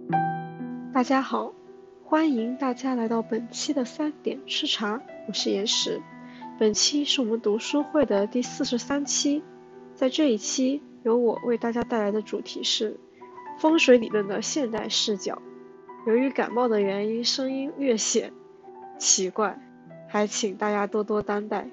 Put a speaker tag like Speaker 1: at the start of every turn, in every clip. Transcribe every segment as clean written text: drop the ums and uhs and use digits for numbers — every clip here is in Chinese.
Speaker 1: 大家好，欢迎大家来到本期的3点吃茶，我是岩石。本期是我们读书会的第43期，在这一期由我为大家带来的主题是风水理论的现代视角。由于感冒的原因，声音略显奇怪，还请大家多多担待。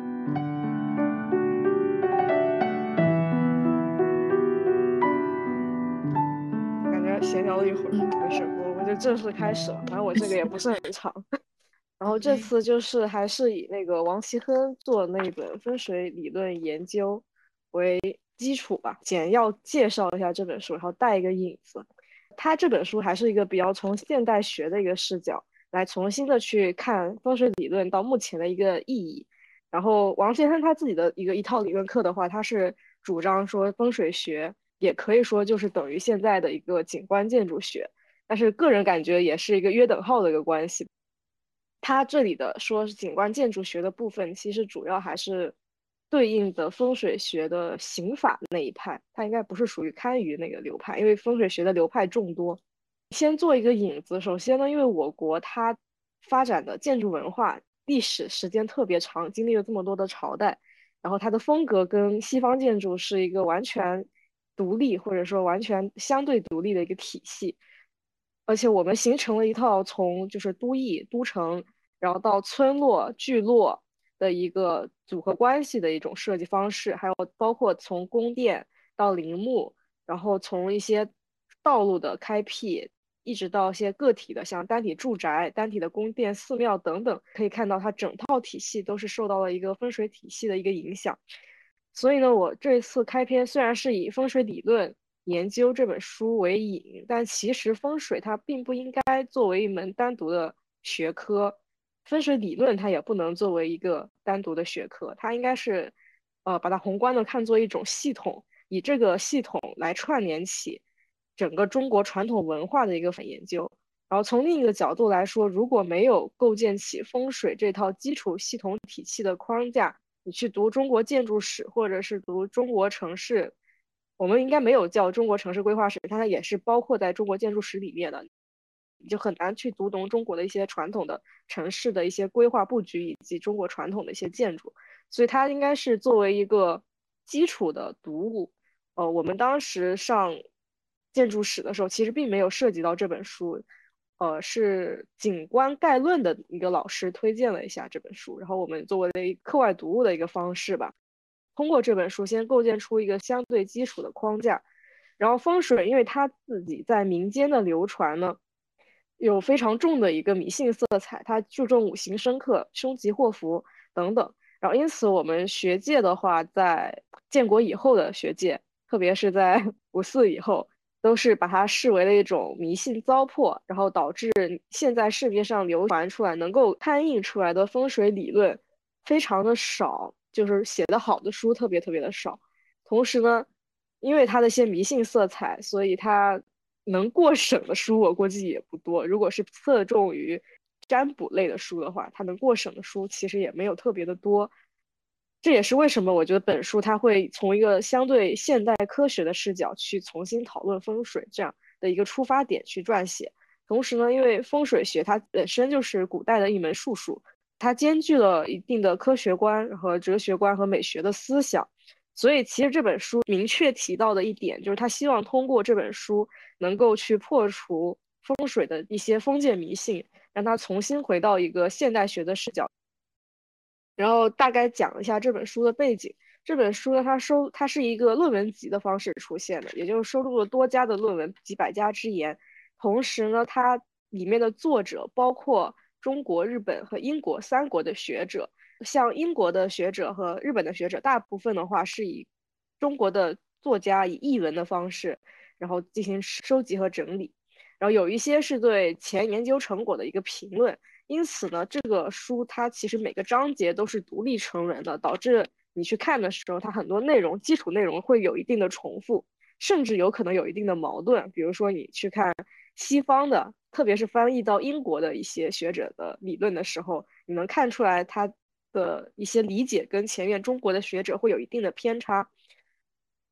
Speaker 1: 感觉闲聊了一会儿，没事，我就正式开始了。反正我这个也不是很长。然后这次就是还是以那个王其亨做那本风水理论研究为基础吧，简要介绍一下这本书，然后带一个引子。他这本书还是一个比较从现代学的一个视角来重新的去看风水理论到目前的一个意义。然后王其亨他自己的一套理论课的话，他是主张说风水学也可以说就是等于现在的一个景观建筑学，但是个人感觉也是一个约等号的一个关系。它这里的说是景观建筑学的部分，其实主要还是对应的风水学的刑法那一派，它应该不是属于堪舆那个流派，因为风水学的流派众多。先做一个引子，首先呢，因为我国它发展的建筑文化历史时间特别长，经历了这么多的朝代，然后它的风格跟西方建筑是一个完全独立或者说完全相对独立的一个体系。而且我们形成了一套从就是都邑、都城，然后到村落、聚落的一个组合关系的一种设计方式，还有包括从宫殿到陵墓，然后从一些道路的开辟，一直到一些个体的像单体住宅、单体的宫殿、寺庙等等，可以看到它整套体系都是受到了一个风水体系的一个影响。所以呢，我这次开篇虽然是以风水理论研究这本书为引，但其实风水它并不应该作为一门单独的学科，风水理论它也不能作为一个单独的学科，它应该是，把它宏观的看作一种系统，以这个系统来串联起整个中国传统文化的一个研究。然后从另一个角度来说，如果没有构建起风水这套基础系统体系的框架，你去读中国建筑史，或者是读中国城市，我们应该没有叫中国城市规划史，它也是包括在中国建筑史里面的，你就很难去读懂中国的一些传统的城市的一些规划布局，以及中国传统的一些建筑，所以它应该是作为一个基础的读物。我们当时上建筑史的时候，其实并没有涉及到这本书，是景观概论的一个老师推荐了一下这本书，然后我们作为课外读物的一个方式吧，通过这本书先构建出一个相对基础的框架。然后风水，因为它自己在民间的流传呢，有非常重的一个迷信色彩，它注重五行生克、凶吉祸福等等。然后因此我们学界的话，在建国以后的学界，特别是在5·4以后，都是把它视为了一种迷信糟粕，然后导致现在市面上流传出来能够刊印出来的风水理论非常的少，就是写的好的书特别特别的少。同时呢，因为它的一些迷信色彩，所以它能过审的书我估计也不多。如果是侧重于占卜类的书的话，它能过审的书其实也没有特别的多。这也是为什么我觉得本书它会从一个相对现代科学的视角去重新讨论风水这样的一个出发点去撰写。同时呢，因为风水学它本身就是古代的一门术数，它兼具了一定的科学观和哲学观和美学的思想。所以其实这本书明确提到的一点，就是他希望通过这本书能够去破除风水的一些封建迷信，让它重新回到一个现代学的视角。然后大概讲一下这本书的背景。这本书呢，它是一个论文集的方式出现的，也就是收录了多家的论文，几百家之言。同时呢，它里面的作者包括中国、日本和英国3国的学者。像英国的学者和日本的学者，大部分的话是以中国的作家以译文的方式，然后进行收集和整理。然后有一些是对前研究成果的一个评论。因此呢，这个书它其实每个章节都是独立成人的，导致你去看的时候，它很多内容基础内容会有一定的重复，甚至有可能有一定的矛盾。比如说你去看西方的，特别是翻译到英国的一些学者的理论的时候，你能看出来他的一些理解跟前面中国的学者会有一定的偏差。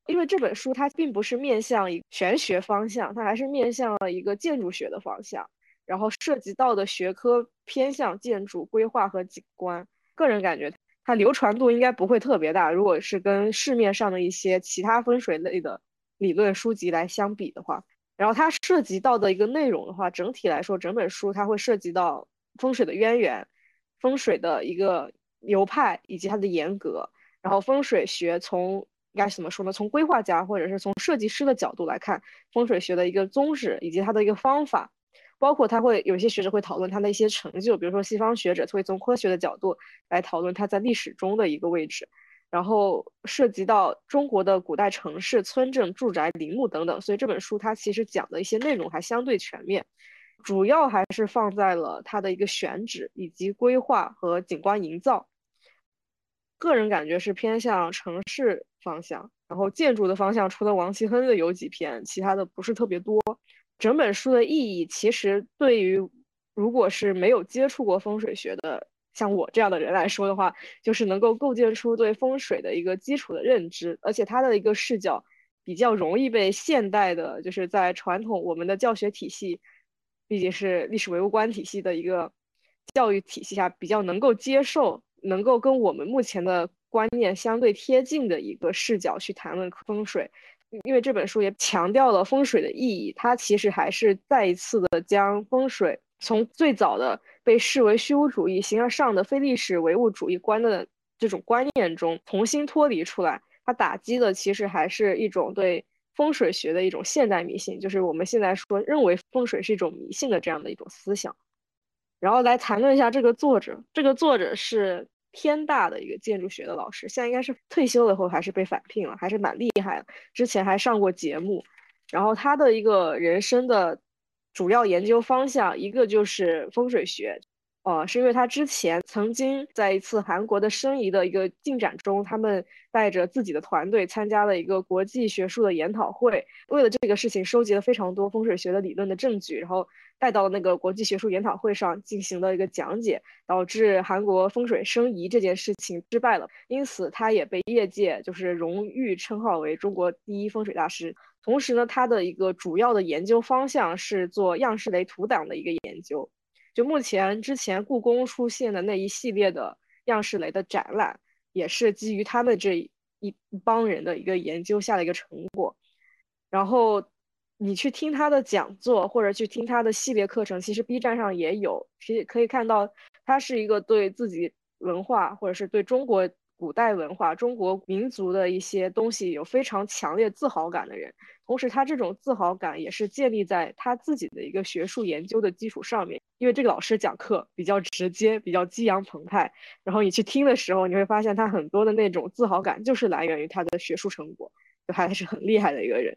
Speaker 1: 因为这本书它并不是面向一个玄学方向，它还是面向了一个建筑学的方向，然后涉及到的学科偏向建筑规划和景观。个人感觉它流传度应该不会特别大，如果是跟市面上的一些其他风水类的理论书籍来相比的话。然后它涉及到的一个内容的话，整体来说，整本书它会涉及到风水的渊源、风水的一个流派以及它的严格，然后风水学从应该怎么说呢？从规划家或者是从设计师的角度来看风水学的一个宗旨以及它的一个方法，包括他会有一些学者会讨论它的一些成就，比如说西方学者会从科学的角度来讨论它在历史中的一个位置。然后涉及到中国的古代城市、村镇、住宅、陵墓等等，所以这本书它其实讲的一些内容还相对全面，主要还是放在了它的一个选址以及规划和景观营造。个人感觉是偏向城市方向，然后建筑的方向除了王其亨的有几篇，其他的不是特别多。整本书的意义其实对于如果是没有接触过风水学的，像我这样的人来说的话，就是能够构建出对风水的一个基础的认知，而且它的一个视角比较容易被现代的，就是在传统我们的教学体系，毕竟是历史唯物观体系的一个教育体系下，比较能够接受，能够跟我们目前的观念相对贴近的一个视角去谈论风水。因为这本书也强调了风水的意义，它其实还是再一次的将风水从最早的被视为虚无主义、形而上的非历史唯物主义观的这种观念中重新脱离出来。它打击的其实还是一种对风水学的一种现代迷信，就是我们现在说认为风水是一种迷信的这样的一种思想。然后来谈论一下这个作者，这个作者是天大的一个建筑学的老师，现在应该是退休了后还是被返聘了，还是蛮厉害的。之前还上过节目。然后他的一个人生的主要研究方向，一个就是风水学。是因为他之前曾经在一次韩国的申遗的一个进展中，他们带着自己的团队参加了一个国际学术的研讨会，为了这个事情收集了非常多风水学的理论的证据，然后带到了那个国际学术研讨会上进行了一个讲解，导致韩国风水申遗这件事情失败了，因此他也被业界就是荣誉称号为中国第一风水大师。同时呢，他的一个主要的研究方向是做样式雷图档的一个研究。就目前之前故宫出现的那一系列的样式雷的展览，也是基于他们这一帮人的一个研究下的一个成果。然后你去听他的讲座或者去听他的系列课程，其实 B 站上也有，可以看到他是一个对自己文化或者是对中国古代文化、中国民族的一些东西有非常强烈自豪感的人。同时，他这种自豪感也是建立在他自己的一个学术研究的基础上面。因为这个老师讲课比较直接，比较激扬澎湃，然后你去听的时候，你会发现他很多的那种自豪感就是来源于他的学术成果，就还是很厉害的一个人。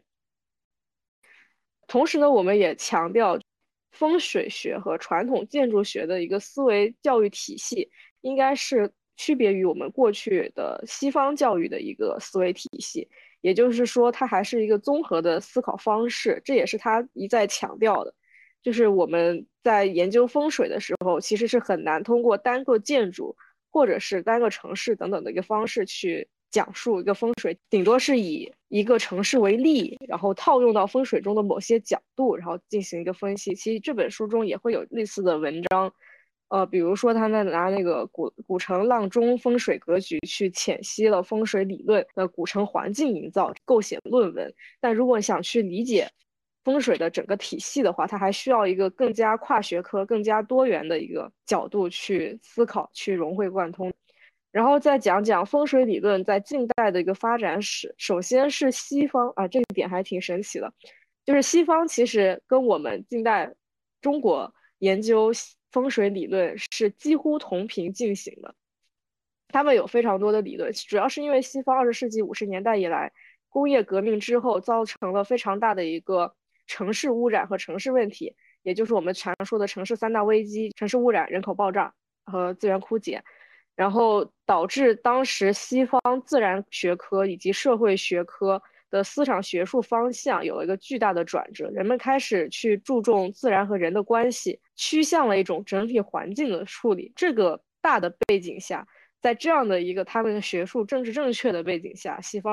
Speaker 1: 同时呢，我们也强调风水学和传统建筑学的一个思维教育体系，应该是区别于我们过去的西方教育的一个思维体系。也就是说，它还是一个综合的思考方式，这也是他一再强调的。就是我们在研究风水的时候，其实是很难通过单个建筑或者是单个城市等等的一个方式去讲述一个风水，顶多是以一个城市为例，然后套用到风水中的某些角度，然后进行一个分析。其实这本书中也会有类似的文章，比如说他们拿那个古城阆中风水格局去浅析了风水理论的古城环境营造，构写论文。但如果想去理解风水的整个体系的话，它还需要一个更加跨学科、更加多元的一个角度去思考、去融会贯通。然后再讲讲风水理论在近代的一个发展史。首先是西方啊，这个点还挺神奇的，就是西方其实跟我们近代中国研究风水理论是几乎同频进行的。他们有非常多的理论，主要是因为西方20世纪50年代以来，工业革命之后造成了非常大的一个城市污染和城市问题，也就是我们常说的城市三大危机：城市污染、人口爆炸和资源枯竭。然后导致当时西方自然学科以及社会学科的思想学术方向有了一个巨大的转折，人们开始去注重自然和人的关系，趋向了一种整体环境的处理。这个大的背景下，在这样的一个他们学术政治正确的背景下，西方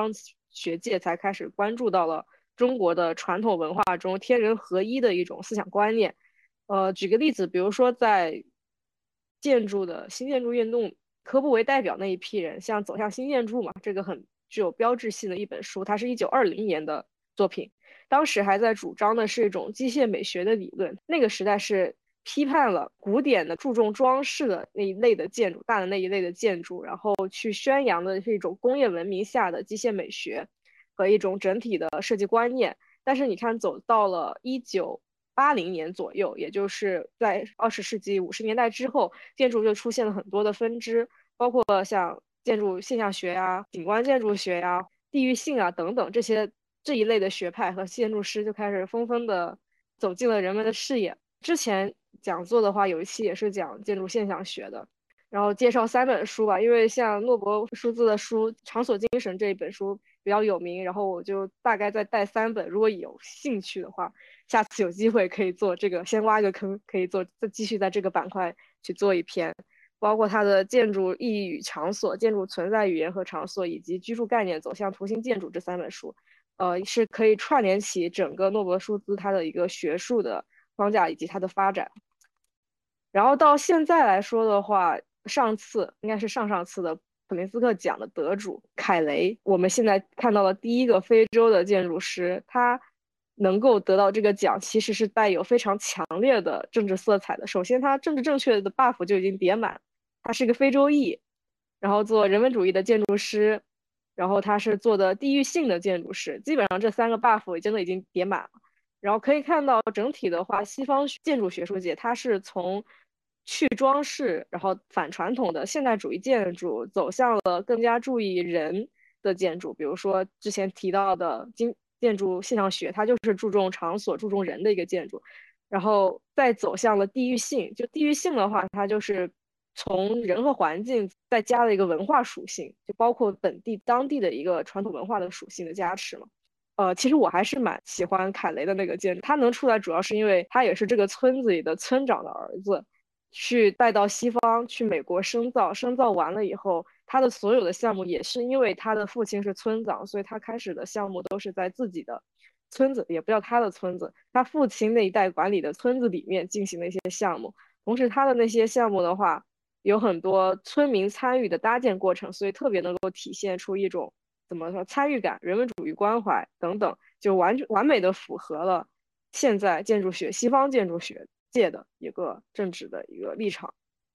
Speaker 1: 学界才开始关注到了中国的传统文化中天人合一的一种思想观念。举个例子，比如说在新建筑运动，科布为代表那一批人，像《走向新建筑》嘛，这个很具有标志性的一本书，它是1920年的作品，当时还在主张的是一种机械美学的理论。那个时代是批判了古典的注重装饰的那一类的建筑，大的那一类的建筑，然后去宣扬的是一种工业文明下的机械美学和一种整体的设计观念。但是你看，走到了1980年左右，也就是在20世纪50年代之后，建筑就出现了很多的分支，包括像建筑现象学呀、景观建筑学呀、地域性啊等等这一类的学派和建筑师就开始纷纷的走进了人们的视野。之前讲座的话，有一期也是讲建筑现象学的，然后介绍3本书吧，因为像诺伯舒兹的书《场所精神》这一本书比较有名，然后我就大概再带3本，如果有兴趣的话，下次有机会可以做这个，先挖个坑，可以再继续在这个板块去做一篇，包括它的建筑意义与场所、建筑存在语言和场所以及居住概念走向图形建筑这3本书，是可以串联起整个诺伯舒兹它的一个学术的框架以及它的发展。然后到现在来说的话，上次应该是上上次的普林斯特奖的得主凯雷，我们现在看到了第一个非洲的建筑师，他能够得到这个奖，其实是带有非常强烈的政治色彩的。首先，他政治正确的 buff 就已经叠满，他是一个非洲裔，然后做人文主义的建筑师，然后他是做的地域性的建筑师，基本上这3个 buff 真的已经叠满了。然后可以看到整体的话，西方建筑学术界它是从去装饰，然后反传统的现代主义建筑，走向了更加注意人的建筑。比如说之前提到的建筑现象学，它就是注重场所、注重人的一个建筑。然后再走向了地域性，就地域性的话，它就是从人和环境再加了一个文化属性，就包括本地当地的一个传统文化的属性的加持嘛。其实我还是蛮喜欢凯雷的那个建筑，他能出来主要是因为他也是这个村子里的村长的儿子，去带到西方去美国深造，深造完了以后，他的所有的项目也是因为他的父亲是村长，所以他开始的项目都是在自己的村子，也不叫他的村子，他父亲那一代管理的村子里面进行的一些项目。同时，他的那些项目的话，有很多村民参与的搭建过程，所以特别能够体现出一种怎么说参与感、人文主义关怀等等，就完美的符合了现在西方建筑学界的一个政治的一个立场。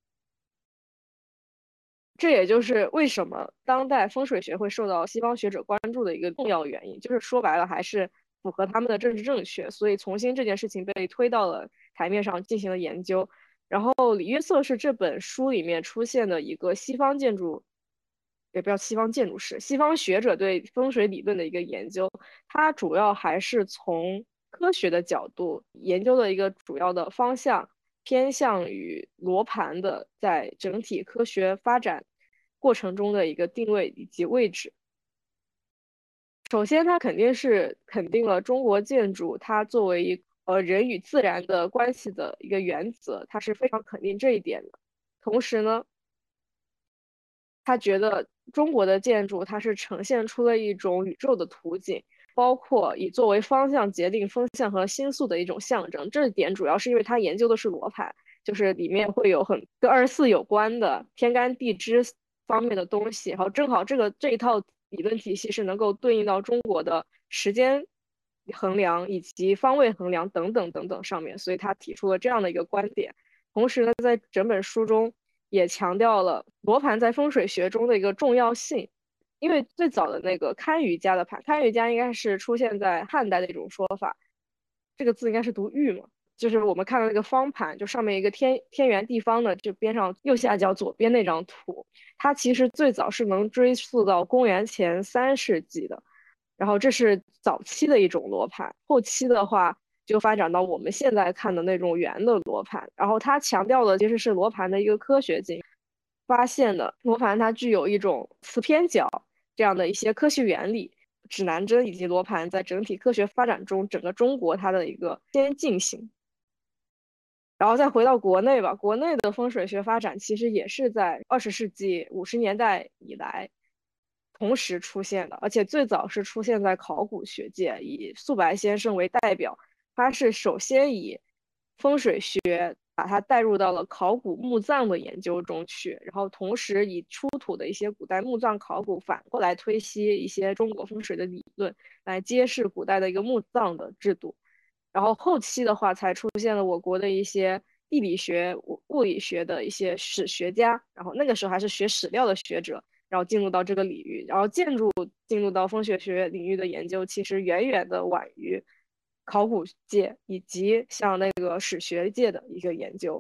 Speaker 1: 这也就是为什么当代风水学会受到西方学者关注的一个重要原因，就是说白了还是符合他们的政治正确，所以重新这件事情被推到了台面上进行了研究。然后李约瑟是这本书里面出现的一个西方建筑，也不叫西方建筑师，西方学者对风水理论的一个研究，它主要还是从科学的角度研究的一个主要的方向。偏向于罗盘的在整体科学发展过程中的一个定位以及位置。首先，它肯定是肯定了中国建筑它作为人与自然的关系的一个原则，它是非常肯定这一点的。同时呢，他觉得中国的建筑它是呈现出了一种宇宙的图景，包括以作为方向决定风向和星宿的一种象征。这一点主要是因为他研究的是罗盘，就是里面会有跟24有关的天干地支方面的东西，然后正好这一套理论体系是能够对应到中国的时间衡量以及方位衡量等等等等上面，所以他提出了这样的一个观点。同时呢，在整本书中也强调了罗盘在风水学中的一个重要性。因为最早的那个堪舆家的盘，堪舆家应该是出现在汉代的一种说法，这个字应该是读玉嘛，就是我们看到那个方盘，就上面一个天圆地方的，就边上右下角左边那张图，它其实最早是能追溯到公元前3世纪的，然后这是早期的一种罗盘，后期的话就发展到我们现在看的那种圆的罗盘，然后它强调的其实是罗盘的一个科学性，发现的罗盘它具有一种磁偏角这样的一些科学原理。指南针以及罗盘在整体科学发展中，整个中国它的一个先进性。然后再回到国内吧，国内的风水学发展其实也是在20世纪50年代以来同时出现的，而且最早是出现在考古学界，以素白先生为代表，他是首先以风水学把它带入到了考古墓葬的研究中去，然后同时以出土的一些古代墓葬考古反过来推析一些中国风水的理论，来揭示古代的一个墓葬的制度。然后后期的话，才出现了我国的一些地理学、物理学的一些史学家，然后那个时候还是学史料的学者，然后进入到这个领域，然后建筑进入到风水学领域的研究，其实远远的晚于考古界以及像那个史学界的一个研究。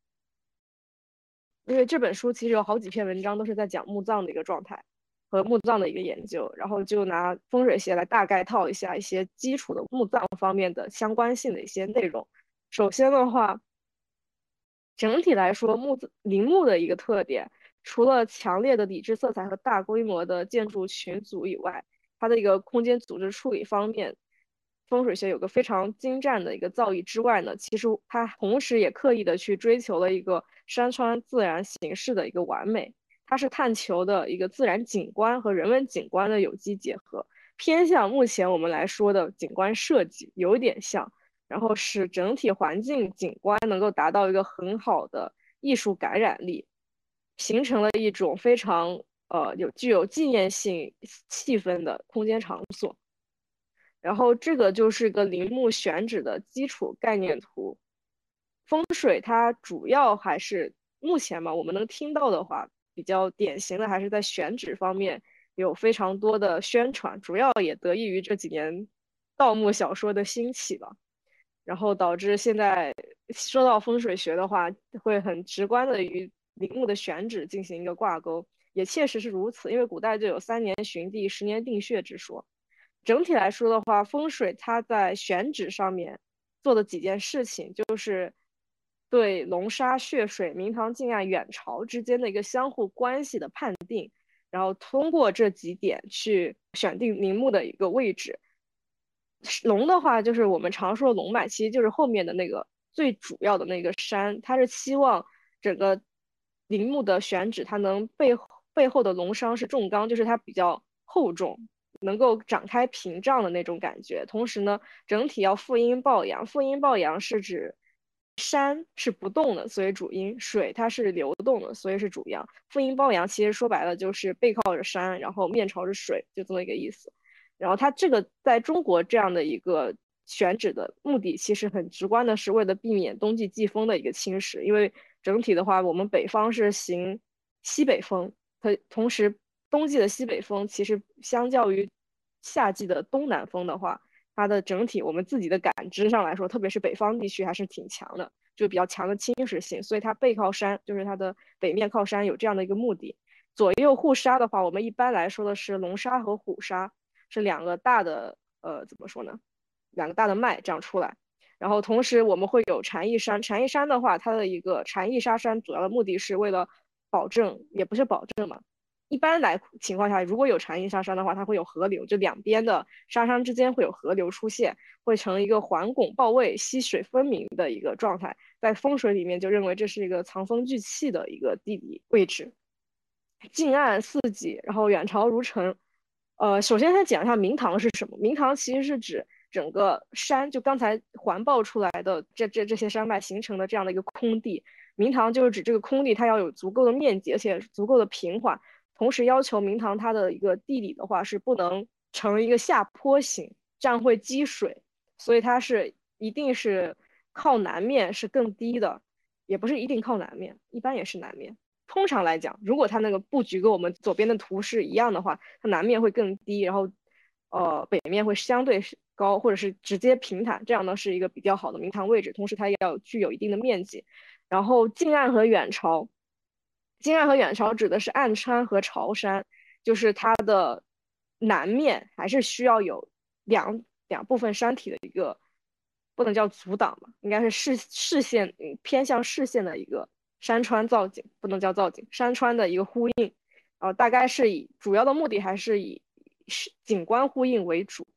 Speaker 1: 因为这本书其实有好几篇文章都是在讲墓葬的一个状态和墓葬的一个研究，然后就拿风水学来大概套一下一些基础的墓葬方面的相关性的一些内容。首先的话，整体来说，陵墓的一个特点，除了强烈的理智色彩和大规模的建筑群组以外，它的一个空间组织处理方面，风水学有个非常精湛的一个造诣之外呢，其实它同时也刻意的去追求了一个山川自然形式的一个完美，它是探求的一个自然景观和人文景观的有机结合，偏向目前我们来说的景观设计，有一点像。然后使整体环境景观能够达到一个很好的艺术感染力，形成了一种非常具有纪念性气氛的空间场所。然后这个就是个陵墓选址的基础概念图。风水它主要还是目前嘛，我们能听到的话，比较典型的还是在选址方面有非常多的宣传，主要也得益于这几年盗墓小说的兴起吧。然后导致现在说到风水学的话，会很直观的与陵墓的选址进行一个挂钩，也确实是如此，因为古代就有3年寻地、10年定穴之说。整体来说的话，风水它在选址上面做的几件事情，就是对龙沙血水、明堂晋案、远朝之间的一个相互关系的判定，然后通过这几点去选定陵墓的一个位置。龙的话，就是我们常说的龙脉，其实就是后面的那个最主要的那个山，它是期望整个陵墓的选址，它能背后的龙殇是重刚，就是它比较厚重，能够展开屏障的那种感觉。同时呢，整体要负阴抱阳，负阴抱阳是指山是不动的，所以主阴；水它是流动的，所以是主阳。负阴抱阳其实说白了就是背靠着山，然后面朝着水，就这么一个意思。然后它这个在中国这样的一个选址的目的，其实很直观的是为了避免冬季季风的一个侵蚀，因为整体的话，我们北方是行西北风，它同时冬季的西北风其实相较于夏季的东南风的话，它的整体我们自己的感知上来说，特别是北方地区还是挺强的，就比较强的侵蚀性，所以它背靠山，就是它的北面靠山有这样的一个目的。左右护沙的话，我们一般来说的是龙沙和虎沙。是两个大的怎么说呢？两个大的脉这样出来。然后同时我们会有禅意山，禅意山的话，它的一个禅意沙山主要的目的是为了保证，也不是保证嘛。一般来情况下，如果有禅意沙山的话，它会有河流，就两边的沙山之间会有河流出现，会成一个环拱抱卫、溪水分明的一个状态。在风水里面就认为这是一个藏风聚气的一个地理位置。近岸四季，然后远朝如城。首先先讲一下明堂是什么。明堂其实是指整个山，就刚才环抱出来的这些山脉形成的这样的一个空地。明堂就是指这个空地它要有足够的面积，而且足够的平缓。同时要求明堂它的一个地理的话是不能成一个下坡形，这样会积水，所以它是一定是靠南面是更低的，也不是一定靠南面，一般也是南面。通常来讲，如果它那个布局跟我们左边的图是一样的话，它南面会更低，然后北面会相对高，或者是直接平坦，这样呢是一个比较好的明堂位置。同时它也要具有一定的面积。然后近岸和远朝，近岸和远朝指的是岸川和潮山，就是它的南面还是需要有两部分山体的一个，不能叫阻挡吧，应该是视线偏向视线的一个山川造景，不能叫造景，山川的一个呼应。大概是以主要的目的还是以景观呼应为主。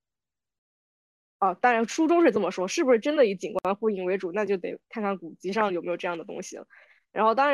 Speaker 1: 当然书中是这么说，是不是真的以景观呼应为主，那就得看看古籍上有没有这样的东西了。然后当然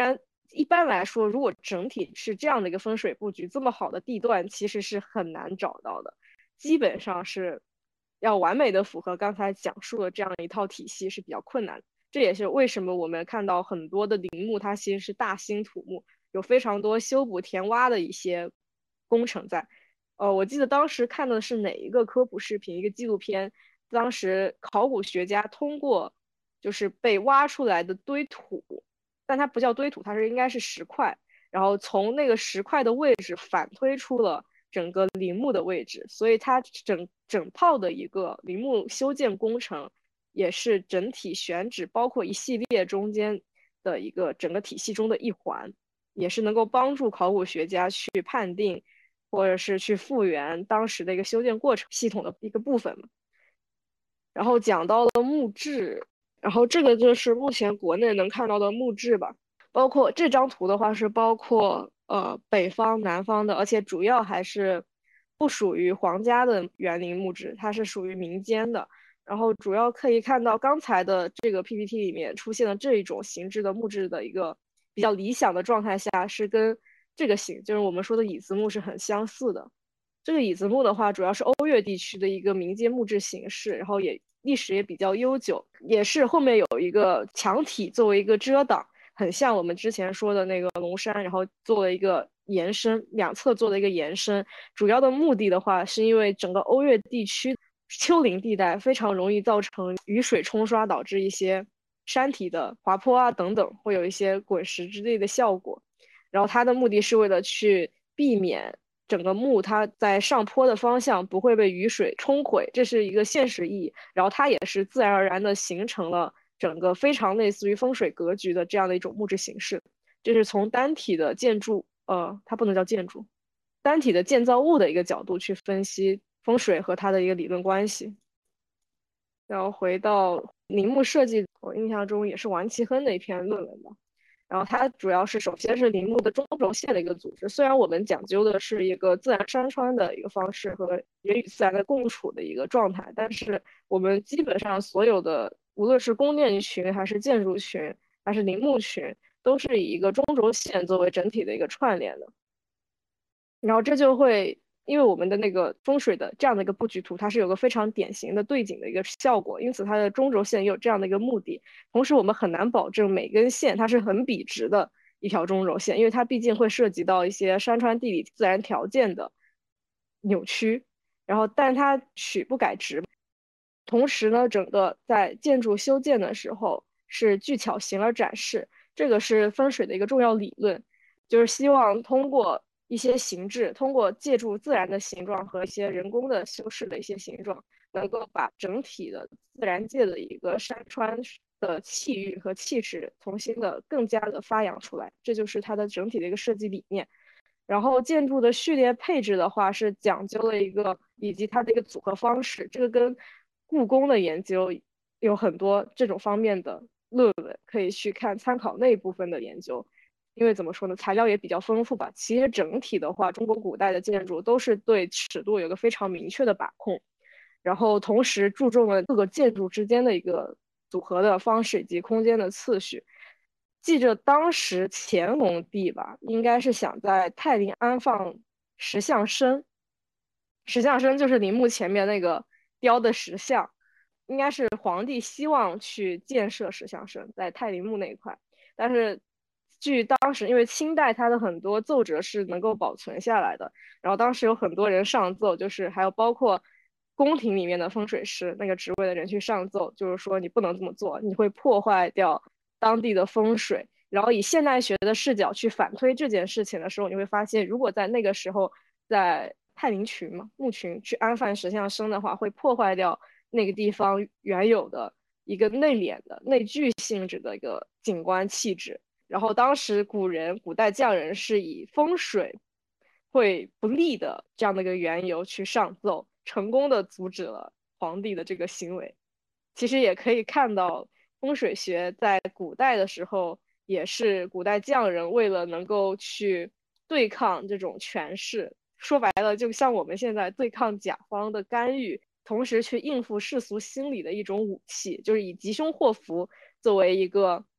Speaker 1: 一般来说，如果整体是这样的一个风水布局，这么好的地段其实是很难找到的，基本上是要完美的符合刚才讲述的这样一套体系是比较困难的。这也是为什么我们看到很多的陵墓，它其实是大兴土木，有非常多修补填挖的一些工程在。我记得当时看的是哪一个科普视频，一个纪录片，当时考古学家通过就是被挖出来的堆土，但它不叫堆土，它应该是石块，然后从那个石块的位置反推出了整个陵墓的位置，所以它整套的一个陵墓修建工程也是整体选址包括一系列中间的一个整个体系中的一环，也是能够帮助考古学家去判定或者是去复原当时的一个修建过程系统的一个部分嘛。然后讲到了墓志，然后这个就是目前国内能看到的墓志吧，包括这张图的话是包括北方、南方的，而且主要还是不属于皇家的园林墓志，它是属于民间的。然后主要可以看到刚才的这个 PPT 里面出现的这一种形制的墓志的一个比较理想的状态下，是跟这个形，就是我们说的椅子墓是很相似的。这个椅子墓的话，主要是欧越地区的一个民间墓志形式，然后也历史也比较悠久，也是后面有一个墙体作为一个遮挡，很像我们之前说的那个龙山，然后做了一个延伸，两侧做了一个延伸。主要的目的的话，是因为整个欧越地区丘陵地带非常容易造成雨水冲刷，导致一些山体的滑坡啊等等，会有一些滚石之类的效果。然后它的目的是为了去避免整个墓它在上坡的方向不会被雨水冲毁，这是一个现实意义。然后它也是自然而然的形成了整个非常类似于风水格局的这样的一种墓志形式。就是从单体的建筑，它不能叫建筑，单体的建造物的一个角度去分析风水和它的一个理论关系。然后回到陵墓设计，我印象中也是王其亨的一篇论文吧。然后它主要是首先是陵墓的中轴线的一个组织，虽然我们讲究的是一个自然山川的一个方式和人与自然的共处的一个状态，但是我们基本上所有的无论是宫殿群还是建筑群还是陵墓群，都是以一个中轴线作为整体的一个串联的。然后这就会，因为我们的那个风水的这样的一个布局图，它是有个非常典型的对景的一个效果，因此它的中轴线也有这样的一个目的。同时，我们很难保证每根线它是很笔直的一条中轴线，因为它毕竟会涉及到一些山川地理自然条件的扭曲。然后，但它取不改直。同时呢，整个在建筑修建的时候是巨巧形而展示，这个是风水的一个重要理论。就是希望通过一些形制，通过借助自然的形状和一些人工的修饰的一些形状，能够把整体的自然界的一个山川的气韵和气势重新的更加的发扬出来，这就是它的整体的一个设计理念。然后建筑的序列配置的话是讲究了一个以及它的一个组合方式，这个跟故宫的研究有很多这种方面的论文可以去看参考那一部分的研究。因为怎么说呢，材料也比较丰富吧。其实整体的话，中国古代的建筑都是对尺度有个非常明确的把控，然后同时注重了各个建筑之间的一个组合的方式以及空间的次序。记着当时乾隆帝吧，应该是想在泰陵安放石像生，石像生就是陵墓前面那个雕的石像，应该是皇帝希望去建设石像生在泰陵墓那一块，但是据当时因为清代它的很多奏折是能够保存下来的，然后当时有很多人上奏，就是还有包括宫廷里面的风水师那个职位的人去上奏，就是说你不能这么做，你会破坏掉当地的风水。然后以现代学的视角去反推这件事情的时候，你会发现，如果在那个时候在泰陵群嘛墓群去安放石像生的话，会破坏掉那个地方原有的一个内敛的内聚性质的一个景观气质。然后当时古代匠人是以风水会不利的这样的一个缘由去上奏，成功的阻止了皇帝的这个行为。其实也可以看到，风水学在古代的时候，也是古代匠人为了能够去对抗这种权势，说白了，就像我们现在对抗甲方的干预，同时去应付世俗心理的一种武器，就是以吉凶祸福作为一个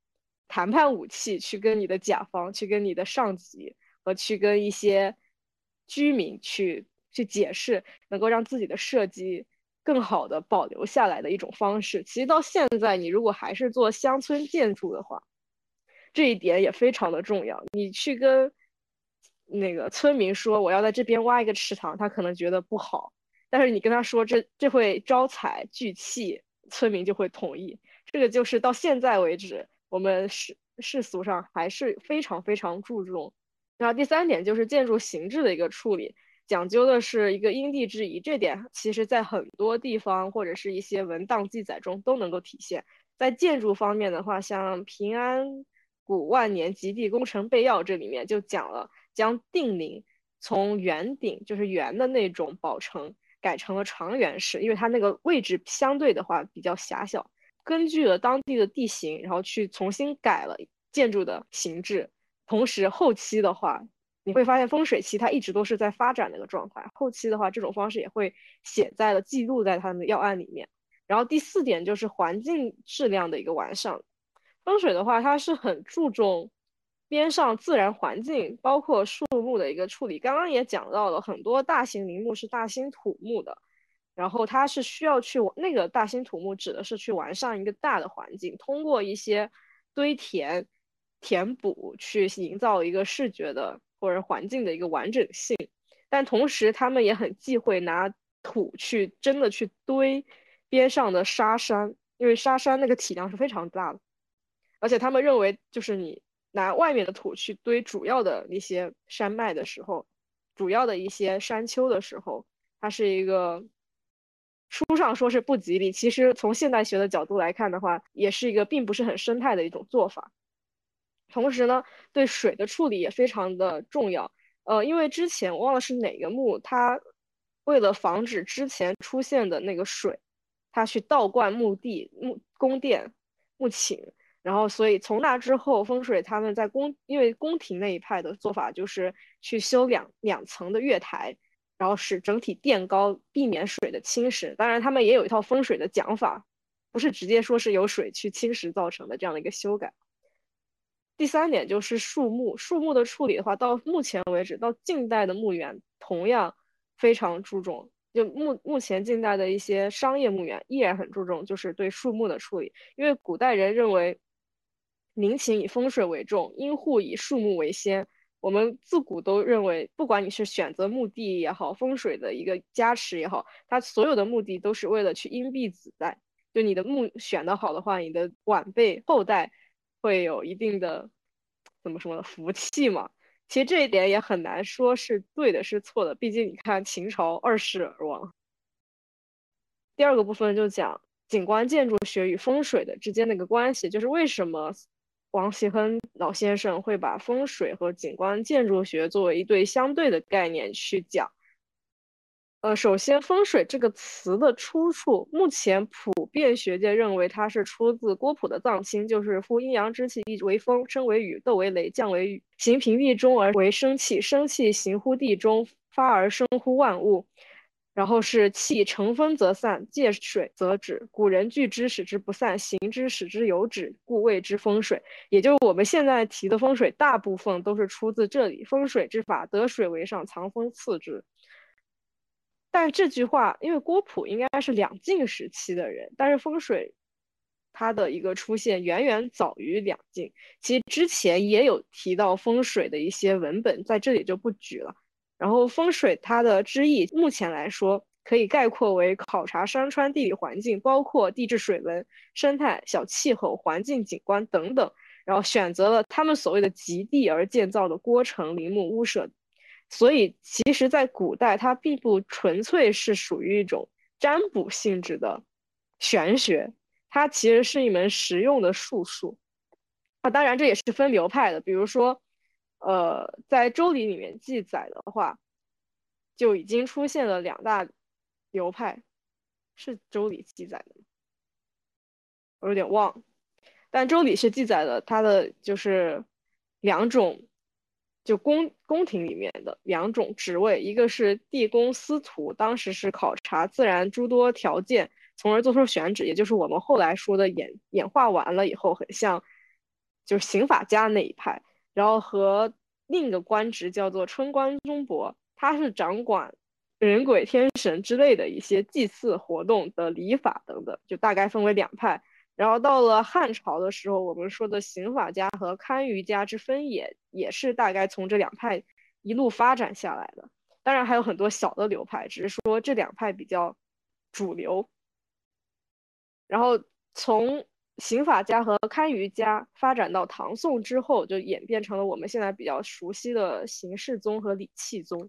Speaker 1: 谈判武器去跟你的甲方、去跟你的上级和去跟一些居民去解释，能够让自己的设计更好的保留下来的一种方式。其实到现在，你如果还是做乡村建筑的话，这一点也非常的重要。你去跟那个村民说我要在这边挖一个池塘，他可能觉得不好，但是你跟他说这会招财聚气，村民就会同意。这个就是到现在为止，我们世俗上还是非常非常注重。然后第三点就是建筑形制的一个处理，讲究的是一个因地制宜，这点其实在很多地方或者是一些文档记载中都能够体现。在建筑方面的话，像平安古万年极地工程备要这里面就讲了，将定陵从圆顶就是圆的那种宝城改成了长圆式，因为它那个位置相对的话比较狭小。根据了当地的地形，然后去重新改了建筑的形制。同时后期的话，你会发现风水期它一直都是在发展的一个状态，后期的话这种方式也会写在了记录在他们的要案里面。然后第四点就是环境质量的一个完善。风水的话，它是很注重边上自然环境，包括树木的一个处理。刚刚也讲到了，很多大型林木是大兴土木的，然后它是需要去那个大兴土木指的是去完善一个大的环境，通过一些堆填、填补去营造一个视觉的或者环境的一个完整性。但同时，他们也很忌讳拿土去真的去堆边上的沙山，因为沙山那个体量是非常大的，而且他们认为就是你拿外面的土去堆主要的一些山脉的时候，主要的一些山丘的时候，它是一个书上说是不吉利，其实从现代学的角度来看的话，也是一个并不是很生态的一种做法。同时呢，对水的处理也非常的重要。因为之前我忘了是哪个墓，它为了防止之前出现的那个水，它去倒灌墓地、宫殿、墓寝，然后所以从那之后，风水他们在因为宫廷那一派的做法就是去修两层的月台，然后使整体垫高，避免水的侵蚀。当然，他们也有一套风水的讲法，不是直接说是由水去侵蚀造成的这样的一个修改。第三点就是树木，树木的处理的话，到目前为止，到近代的墓园同样非常注重。就目前近代的一些商业墓园依然很注重，就是对树木的处理，因为古代人认为民情以风水为重，阴户以树木为先。我们自古都认为，不管你是选择墓地也好，风水的一个加持也好，它所有的目的都是为了去荫庇子代。就你的墓选得好的话，你的晚辈后代会有一定的怎么说呢福气嘛。其实这一点也很难说是对的，是错的。毕竟你看秦朝二世而亡。第二个部分就讲景观建筑学与风水的之间的一个关系，就是为什么王锡亨老先生会把风水和景观建筑学作为一对相对的概念去讲。首先，风水这个词的出处，目前普遍学界认为它是出自郭璞的藏经，就是夫阴阳之气，一为风，生为雨，斗为雷，降为雨，行平地中而为生气，生气行乎地中，发而生乎万物。然后是气乘风则散，借水则止。古人聚之使之不散，行之使之有止，故谓之风水。也就是我们现在提的风水，大部分都是出自这里。风水之法，得水为上，藏风次之。但这句话，因为郭璞应该是两晋时期的人，但是风水它的一个出现远远早于两晋。其实之前也有提到风水的一些文本，在这里就不举了。然后风水它的之意，目前来说可以概括为考察山川地理环境，包括地质水文、生态、小气候、环境景观等等，然后选择了他们所谓的极地而建造的郭城、陵墓、屋舍。所以其实，在古代，它并不纯粹是属于一种占卜性质的玄学，它其实是一门实用的术数。啊，当然这也是分流派的，比如说，在《周礼》里面记载的话，就已经出现了两大流派，是《周礼》记载的吗？我有点忘了。但周礼是记载了它的就是两种，就宫廷里面的两种职位，一个是地宫司徒，当时是考察自然诸多条件，从而做出选址，也就是我们后来说的演化完了以后，很像就是刑法家那一派，然后和另一个官职叫做春官中伯，他是掌管人鬼天神之类的一些祭祀活动的礼法等等，就大概分为两派。然后到了汉朝的时候，我们说的刑法家和堪舆家之分也是大概从这两派一路发展下来的。当然还有很多小的流派，只是说这两派比较主流。然后从刑法家和堪舆家发展到唐宋之后，就演变成了我们现在比较熟悉的刑事宗和礼器宗。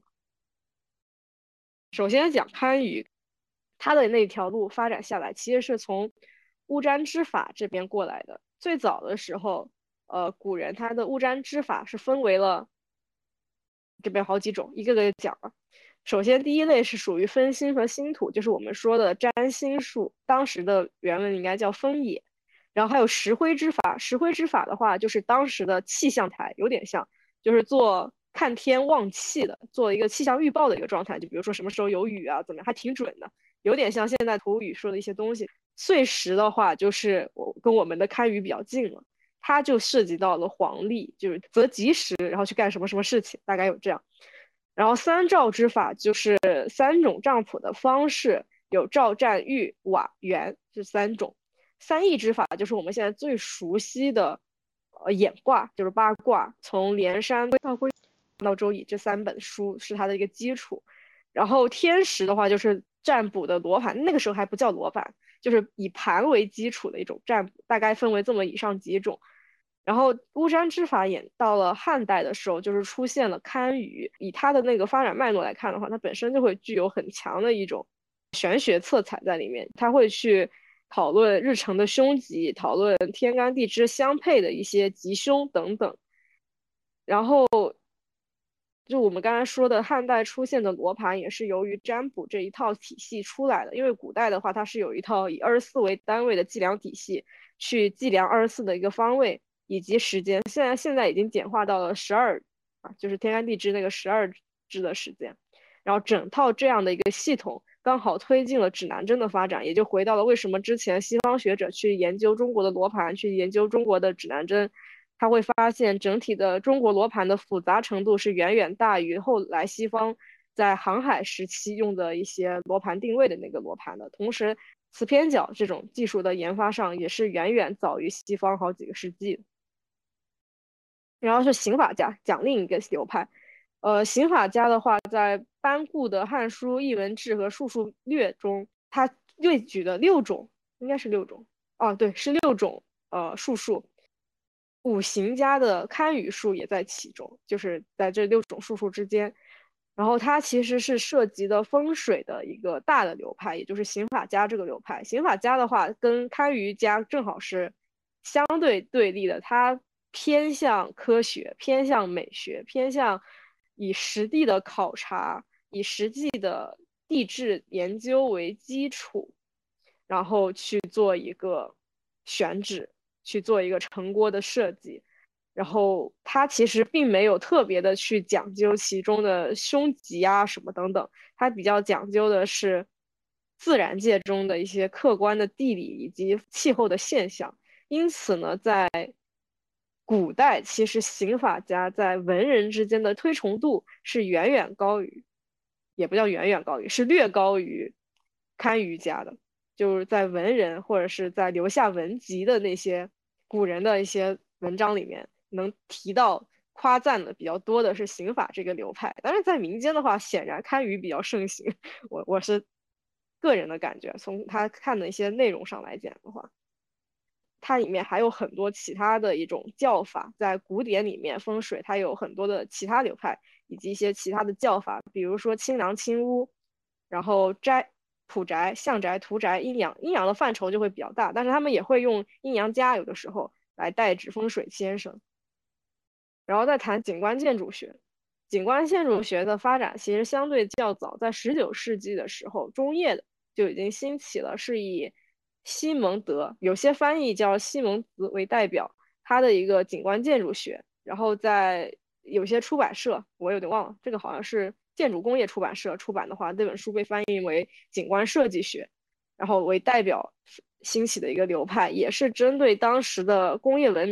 Speaker 1: 首先讲堪舆，它的那条路发展下来，其实是从乌瞻之法这边过来的。最早的时候，古人他的乌瞻之法是分为了这边好几种，一个个讲了。首先，第一类是属于分心和心土，就是我们说的占星术，当时的原文应该叫分野。然后还有石灰之法，石灰之法的话，就是当时的气象台，有点像，就是做看天望气的，做一个气象预报的一个状态。就比如说什么时候有雨啊，怎么样，还挺准的，有点像现在图语说的一些东西。岁时的话，就是跟我们的堪舆比较近了，它就涉及到了黄历，就是择吉时，然后去干什么什么事情，大概有这样。然后三兆之法就是三种占卜的方式，有兆、占、预、瓦、元这三种。三易之法就是我们现在最熟悉的演卦，就是八卦，从连山到周易这三本书是它的一个基础。然后天时的话就是占卜的罗盘，那个时候还不叫罗盘，就是以盘为基础的一种占卜，大概分为这么以上几种。然后乌山之法演到了汉代的时候，就是出现了堪舆。以它的那个发展脉络来看的话，它本身就会具有很强的一种玄学色彩在里面。它会去讨论日程的凶吉，讨论天干地支相配的一些吉凶等等。然后就我们刚才说的汉代出现的罗盘，也是由于占卜这一套体系出来的。因为古代的话，它是有一套以24为单位的计量体系，去计量24的一个方位以及时间。现在已经简化到了12啊，就是天干地支那个12支的时间。然后整套这样的一个系统，刚好推进了指南针的发展，也就回到了为什么之前西方学者去研究中国的罗盘，去研究中国的指南针。他会发现整体的中国罗盘的复杂程度是远远大于后来西方在航海时期用的一些罗盘定位的那个罗盘的。同时，磁偏角这种技术的研发上也是远远早于西方好几个世纪。然后是刑法家，讲另一个流派。刑法家的话，在班固的《汉书艺文志》和《术数略》中，他列举的6种，应该是6种，哦，对，是6种术数。五行家的堪舆术也在其中，就是在这6种术数之间。然后它其实是涉及的风水的一个大的流派，也就是刑法家这个流派。刑法家的话，跟堪舆家正好是相对对立的，它偏向科学，偏向美学，偏向以实地的考察，以实际的地质研究为基础，然后去做一个选址，去做一个成锅的设计。然后它其实并没有特别的去讲究其中的凶吉啊什么等等，它比较讲究的是自然界中的一些客观的地理以及气候的现象。因此呢，在古代其实刑法家在文人之间的推崇度是远远高于，也不叫远远高于，是略高于堪舆家的。就是在文人或者是在留下文集的那些古人的一些文章里面，能提到夸赞的比较多的是刑法这个流派。但是在民间的话，显然堪舆比较盛行。我是个人的感觉，从他看的一些内容上来讲的话。它里面还有很多其他的一种叫法，在古典里面风水它有很多的其他流派以及一些其他的叫法，比如说清凉清屋，然后朴宅、相宅、图宅、阴阳，阴阳的范畴就会比较大，但是他们也会用阴阳家有的时候来代指风水先生。然后再谈景观建筑学，景观建筑学的发展其实相对较早，在19世纪的时候，中叶的就已经兴起了，是以西蒙德，有些翻译叫西蒙兹为代表，他的一个景观建筑学。然后在有些出版社，我有点忘了，这个好像是建筑工业出版社出版的话，这本书被翻译为景观设计学，然后为代表兴起的一个流派，也是针对当时的工业文明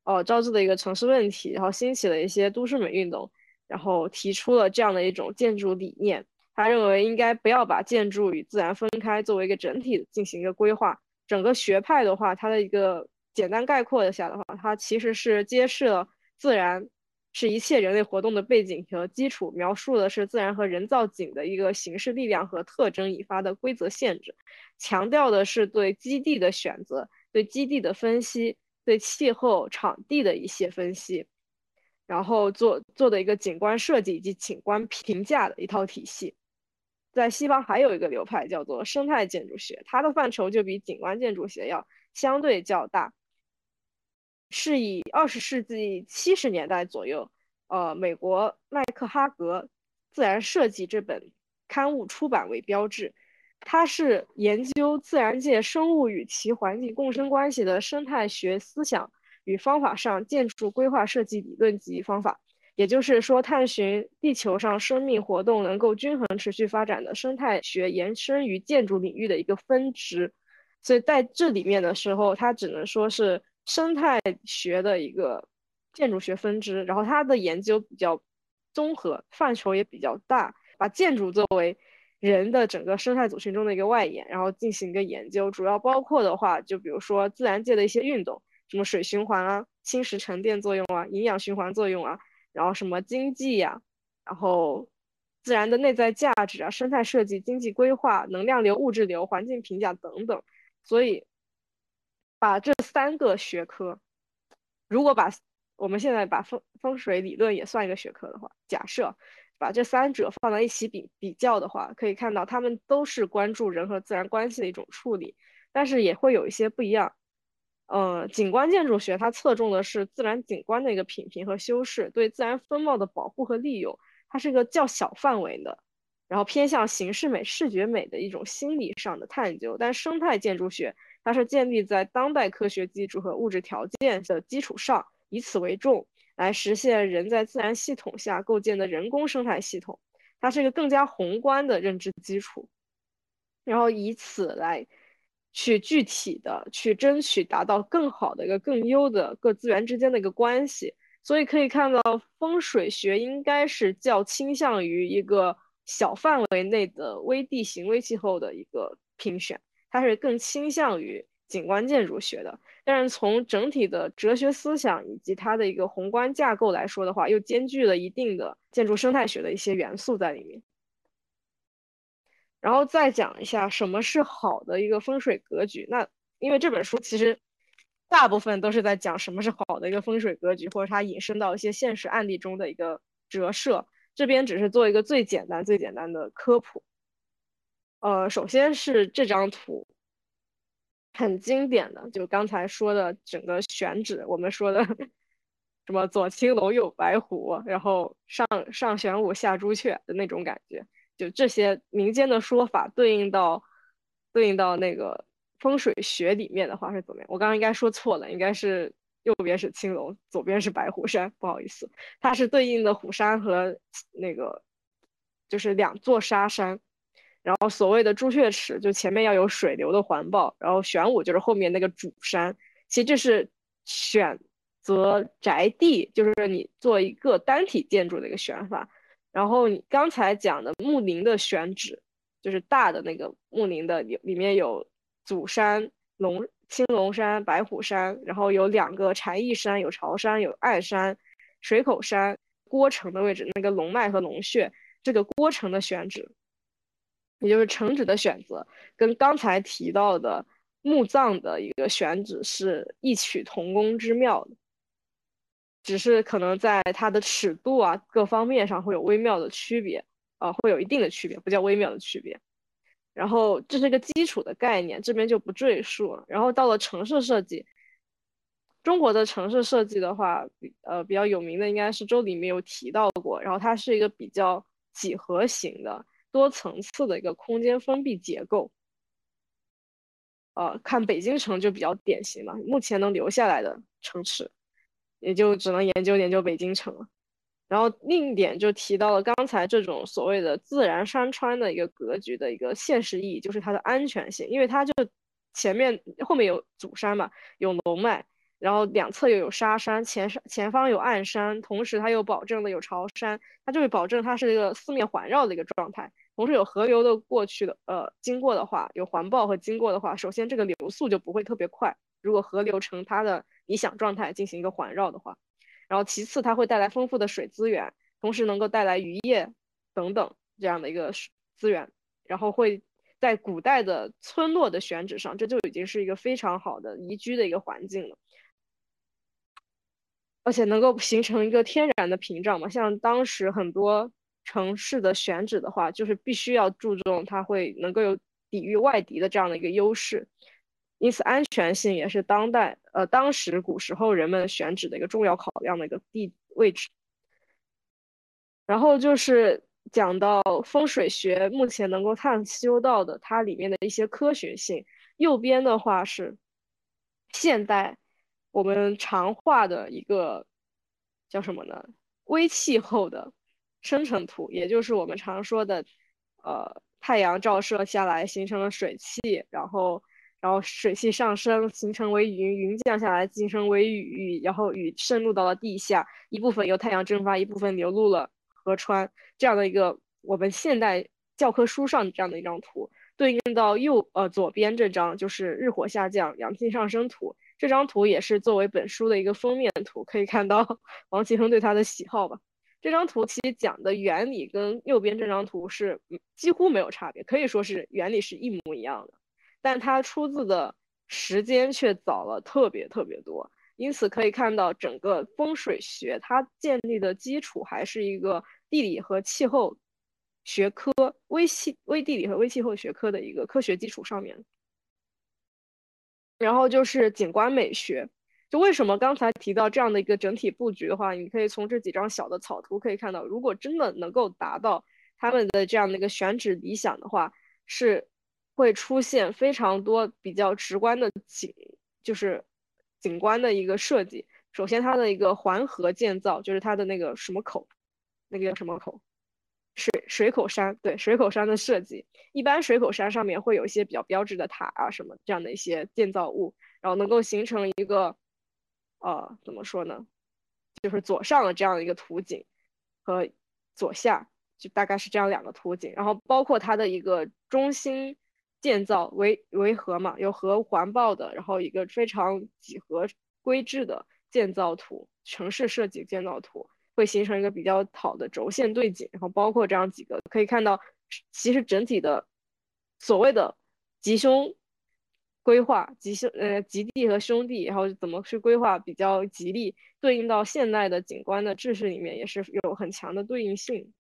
Speaker 1: 招致的一个城市问题，然后兴起了一些都市美运动，然后提出了这样的一种建筑理念。他认为应该不要把建筑与自然分开，作为一个整体进行一个规划。整个学派的话，它的一个简单概括一下的话，它其实是揭示了自然是一切人类活动的背景和基础，描述的是自然和人造景的一个形式力量和特征引发的规则限制，强调的是对基地的选择、对基地的分析、对气候、场地的一些分析，然后做的一个景观设计以及景观评价的一套体系。在西方还有一个流派叫做生态建筑学，它的范畴就比景观建筑学要相对较大，是以20世纪70年代左右，美国麦克哈格《自然设计》这本刊物出版为标志。它是研究自然界生物与其环境共生关系的生态学思想与方法上建筑规划设计理论及方法。也就是说，探寻地球上生命活动能够均衡持续发展的生态学延伸于建筑领域的一个分支。所以在这里面的时候，它只能说是生态学的一个建筑学分支，然后它的研究比较综合，范畴也比较大，把建筑作为人的整个生态组群中的一个外延，然后进行一个研究，主要包括的话，就比如说自然界的一些运动，什么水循环啊、侵蚀沉淀作用啊、营养循环作用啊，然后什么经济呀、然后自然的内在价值啊、生态设计、经济规划、能量流、物质流、环境评价等等。所以把这3个学科，如果我们现在把风水理论也算一个学科的话，假设把这3者放在一起比较的话，可以看到他们都是关注人和自然关系的一种处理，但是也会有一些不一样。景观建筑学它侧重的是自然景观的一个品评和修饰，对自然风貌的保护和利用，它是一个较小范围的，然后偏向形式美、视觉美的一种心理上的探究。但生态建筑学它是建立在当代科学基础和物质条件的基础上，以此为重，来实现人在自然系统下构建的人工生态系统。它是一个更加宏观的认知基础，然后以此来去具体的去争取达到更好的一个更优的各资源之间的一个关系。所以可以看到，风水学应该是较倾向于一个小范围内的微地形、微气候的一个评选，它是更倾向于景观建筑学的。但是从整体的哲学思想以及它的一个宏观架构来说的话，又兼具了一定的建筑生态学的一些元素在里面。然后再讲一下什么是好的一个风水格局。那因为这本书其实大部分都是在讲什么是好的一个风水格局，或者它引申到一些现实案例中的一个折射。这边只是做一个最简单、最简单的科普。首先是这张图，很经典的，就刚才说的整个选址，我们说的什么左青龙右白虎，然后上玄武下朱雀的那种感觉，就这些民间的说法对应到那个风水学里面的话是怎么样？我刚刚应该说错了，应该是右边是青龙，左边是白虎山，不好意思，它是对应的虎山和那个就是2座沙山。然后所谓的朱雀池，就前面要有水流的环抱，然后玄武就是后面那个主山。其实这是选择宅地，就是你做一个单体建筑的一个选法。然后你刚才讲的木林的选址，就是大的那个木林的里面有祖山、青龙山、白虎山，然后有2个禅意山，有潮山，有爱山、水口山、郭城的位置，那个龙脉和龙穴，这个郭城的选址。也就是城址的选择，跟刚才提到的墓葬的一个选址是异曲同工之妙的，只是可能在它的尺度啊各方面上会有微妙的区别，会有一定的区别，不叫微妙的区别。然后这是一个基础的概念，这边就不赘述了。然后到了城市设计，中国的城市设计的话，比较有名的应该是周里面有提到过，然后它是一个比较几何型的多层次的一个空间封闭结构。看北京城就比较典型了，目前能留下来的城池，也就只能研究研究北京城了。然后另一点就提到了刚才这种所谓的自然山川的一个格局的一个现实意义，就是它的安全性，因为它就后面有祖山嘛，有龙脉， 然后两侧又有沙山，前方有暗山，同时它又保证了有潮山，它就会保证它是一个四面环绕的一个状态。同时有河流的过去的经过的话，有环抱和经过的话，首先这个流速就不会特别快。如果河流呈它的理想状态进行一个环绕的话，然后其次它会带来丰富的水资源，同时能够带来渔业等等这样的一个资源，然后会在古代的村落的选址上，这就已经是一个非常好的宜居的一个环境了。而且能够形成一个天然的屏障嘛。像当时很多城市的选址的话，就是必须要注重它会能够有抵御外敌的这样的一个优势，因此安全性也是当时古时候人们选址的一个重要考量的一个位置。然后就是讲到风水学目前能够探究到的它里面的一些科学性，右边的话是现代我们常画的一个叫什么呢？微气候的生成图，也就是我们常说的，太阳照射下来形成了水汽，然后水汽上升形成为云，云降下来形成为雨，然后雨渗入到了地下，一部分由太阳蒸发，一部分流入了河川，这样的一个我们现代教科书上这样的一张图。对应到左边这张就是日火下降、阳气上升图，这张图也是作为本书的一个封面图，可以看到王其亨对它的喜好吧。这张图其实讲的原理跟右边这张图是几乎没有差别，可以说是原理是一模一样的，但它出自的时间却早了特别特别多。因此可以看到，整个风水学它建立的基础还是一个地理和气候学科、微地理和微气候学科的一个科学基础上面。然后就是景观美学，就为什么刚才提到这样的一个整体布局的话，你可以从这几张小的草图可以看到，如果真的能够达到他们的这样的一个选址理想的话，是会出现非常多比较直观的就是景观的一个设计。首先，它的一个环河建造，就是它的那个什么口，那个叫什么口？水口山，对，水口山的设计，一般水口山上面会有一些比较标志的塔啊什么这样的一些建造物，然后能够形成一个怎么说呢，就是左上的这样的一个图景和左下就大概是这样两个图景，然后包括它的一个中心建造为河嘛，有河环抱的，然后一个非常几何规制的建造图，城市设计建造图。会形成一个比较好的轴线对景，然后包括这样几个可以看到，其实整体的所谓的吉凶规划、吉地和凶地，然后怎么去规划比较吉利，对应到现代的景观的制式里面也是有很强的对应性。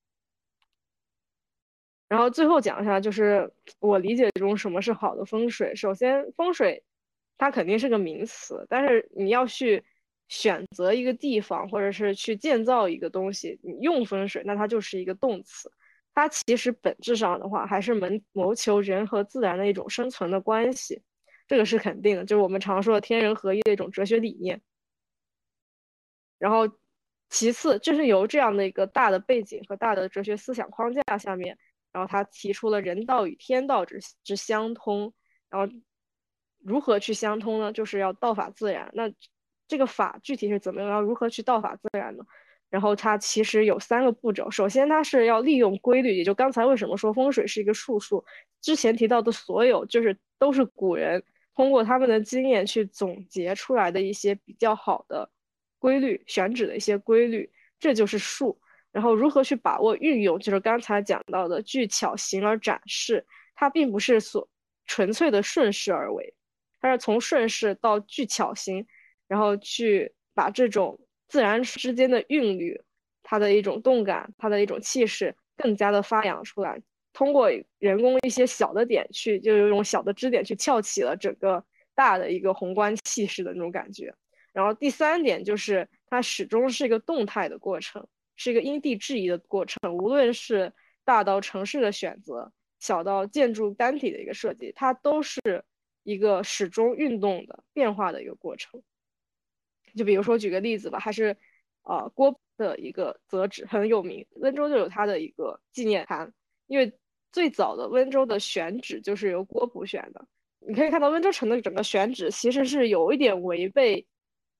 Speaker 1: 然后最后讲一下，就是我理解中什么是好的风水。首先，风水它肯定是个名词，但是你要去选择一个地方，或者是去建造一个东西，你用风水，那它就是一个动词。它其实本质上的话，还是谋求人和自然的一种生存的关系，这个是肯定的，就是我们常说的天人合一的一种哲学理念。然后，其次就是由这样的一个大的背景和大的哲学思想框架下面。然后他提出了人道与天道之相通，然后如何去相通呢？就是要道法自然。那这个法具体是怎么样？要如何去道法自然呢？然后它其实有3个步骤。首先，它是要利用规律，也就刚才为什么说风水是一个术数，之前提到的所有就是都是古人通过他们的经验去总结出来的一些比较好的规律，选址的一些规律，这就是术。然后如何去把握运用，就是刚才讲到的具巧形而展示，它并不是纯粹的顺势而为，它是从顺势到具巧形，然后去把这种自然之间的韵律，它的一种动感，它的一种气势，更加的发扬出来。通过人工一些小的点去，就用小的支点去翘起了整个大的一个宏观气势的那种感觉。然后第3点就是它始终是一个动态的过程。是一个因地制宜的过程，无论是大到城市的选择，小到建筑单体的一个设计，它都是一个始终运动的变化的一个过程。就比如说举个例子吧，还是郭的一个择址很有名，温州就有他的一个纪念坛，因为最早的温州的选址就是由郭璞选的。你可以看到温州城的整个选址其实是有一点违背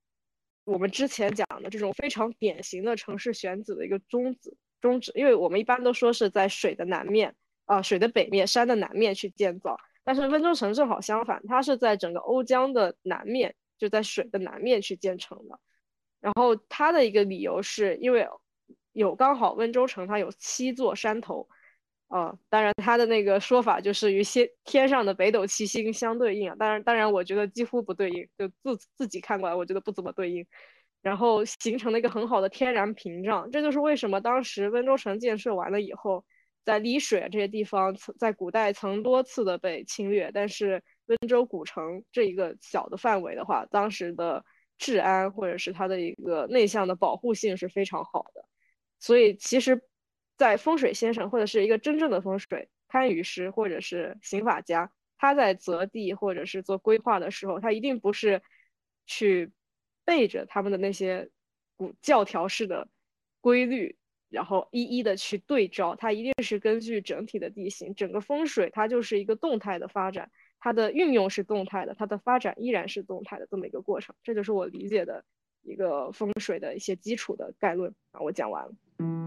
Speaker 1: 我们之前讲的这种非常典型的城市选址的一个宗旨，因为我们一般都说是在水的南面水的北面、山的南面去建造，但是温州城正好相反，它是在整个瓯江的南面，就在水的南面去建成的。然后它的一个理由是因为刚好温州城它有7座山头，当然它的那个说法就是与天上的北斗七星相对应啊，当然我觉得几乎不对应，就自己看过来我觉得不怎么对应，然后形成了一个很好的天然屏障，这就是为什么当时温州城建设完了以后，在丽水这些地方在古代曾多次的被侵略，但是温州古城这一个小的范围的话，当时的治安或者是它的一个内向的保护性是非常好的。所以其实，在风水先生或者是一个真正的风水堪舆师或者是刑法家，他在择地或者是做规划的时候，他一定不是去背着他们的那些古教条式的规律，然后一一的去对照，他一定是根据整体的地形，整个风水它就是一个动态的发展，它的运用是动态的，它的发展依然是动态的这么一个过程，这就是我理解的一个风水的一些基础的概论啊，我讲完了。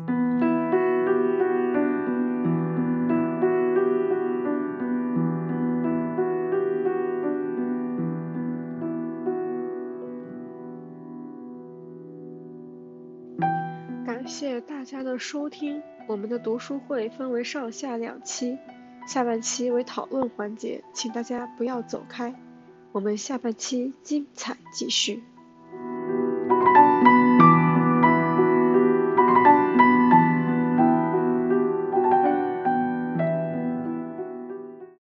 Speaker 1: 感谢大家的收听，我们的读书会分为上下2期，下半期为讨论环节，请大家不要走开，我们下半期精彩继续。